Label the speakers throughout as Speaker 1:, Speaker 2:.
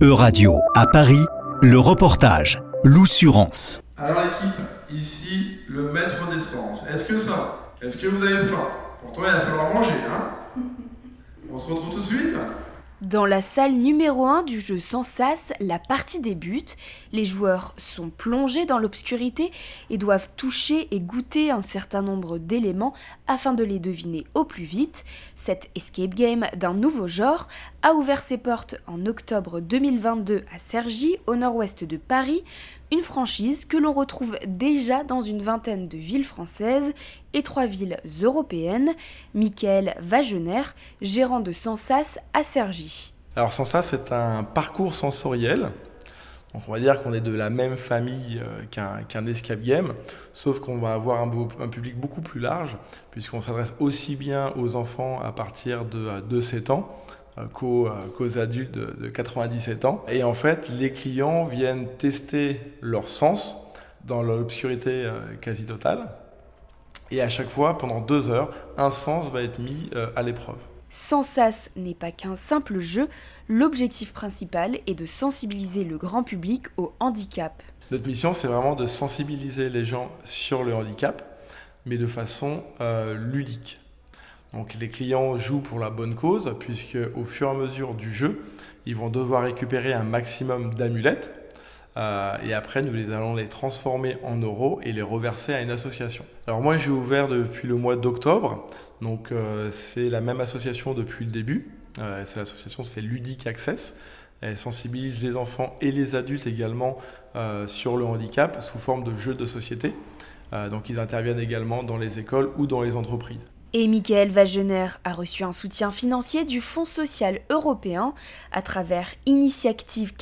Speaker 1: E-Radio à Paris, le reportage, l'Oussurance.
Speaker 2: Alors l'équipe, ici, le maître d'essence. Est-ce que ça va? Est-ce que vous avez faim? Pourtant il va falloir manger, hein? On se retrouve tout de suite?
Speaker 3: Dans la salle numéro 1 du jeu Sans Sas, la partie débute. Les joueurs sont plongés dans l'obscurité et doivent toucher et goûter un certain nombre d'éléments afin de les deviner au plus vite. Cette escape game d'un nouveau genre a ouvert ses portes en octobre 2022 à Cergy, au nord-ouest de Paris, une franchise que l'on retrouve déjà dans une vingtaine de villes françaises et 3 villes européennes. Michael Wagener, gérant de Sans Sas à Cergy.
Speaker 4: Alors Sans Sas, c'est un parcours sensoriel. Donc on va dire qu'on est de la même famille qu'un escape game, sauf qu'on va avoir un public beaucoup plus large, puisqu'on s'adresse aussi bien aux enfants à partir de 7 ans qu'aux adultes de 97 ans. Et en fait, les clients viennent tester leur sens dans l'obscurité quasi totale. Et à chaque fois, pendant 2 heures, un sens va être mis à l'épreuve.
Speaker 3: Sans Sas n'est pas qu'un simple jeu, l'objectif principal est de sensibiliser le grand public au handicap.
Speaker 4: Notre mission, c'est vraiment de sensibiliser les gens sur le handicap, mais de façon ludique. Donc les clients jouent pour la bonne cause, puisque au fur et à mesure du jeu, ils vont devoir récupérer un maximum d'amulettes, et après nous allons les transformer en euros et les reverser à une association. Alors moi j'ai ouvert depuis le mois d'octobre, donc c'est la même association depuis le début. C'est Ludic Access. Elle sensibilise les enfants et les adultes également sur le handicap sous forme de jeux de société. Donc ils interviennent également dans les écoles ou dans les entreprises.
Speaker 3: Et Michael Wagener a reçu un soutien financier du Fonds social européen à travers Initiative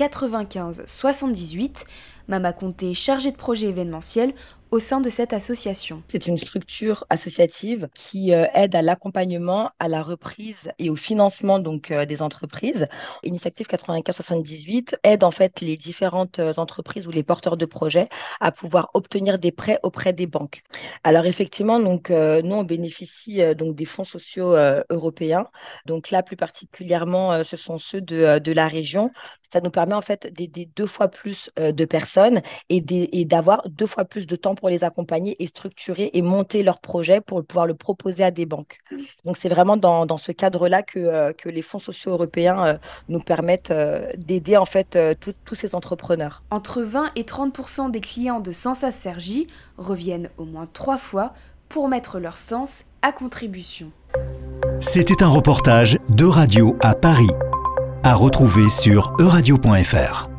Speaker 3: 95-78. Mama Conté, chargée de projet événementiel au sein de cette association.
Speaker 5: C'est une structure associative qui aide à l'accompagnement, à la reprise et au financement des entreprises. Initiative 95-78 aide en fait les différentes entreprises ou les porteurs de projets à pouvoir obtenir des prêts auprès des banques. Alors effectivement, nous on bénéficie des fonds sociaux européens. Donc là plus particulièrement, ce sont ceux de la région. Ça nous permet en fait d'aider 2 fois plus de personnes et d'avoir 2 fois plus de temps pour les accompagner et structurer et monter leurs projets pour pouvoir le proposer à des banques. Donc c'est vraiment dans ce cadre-là que les fonds sociaux européens nous permettent d'aider en fait tous ces entrepreneurs.
Speaker 3: Entre 20 et 30% des clients de Sans Sas Cergy reviennent au moins 3 fois pour mettre leur sens à contribution.
Speaker 1: C'était un reportage d'E-Radio à Paris, à retrouver sur euradio.fr.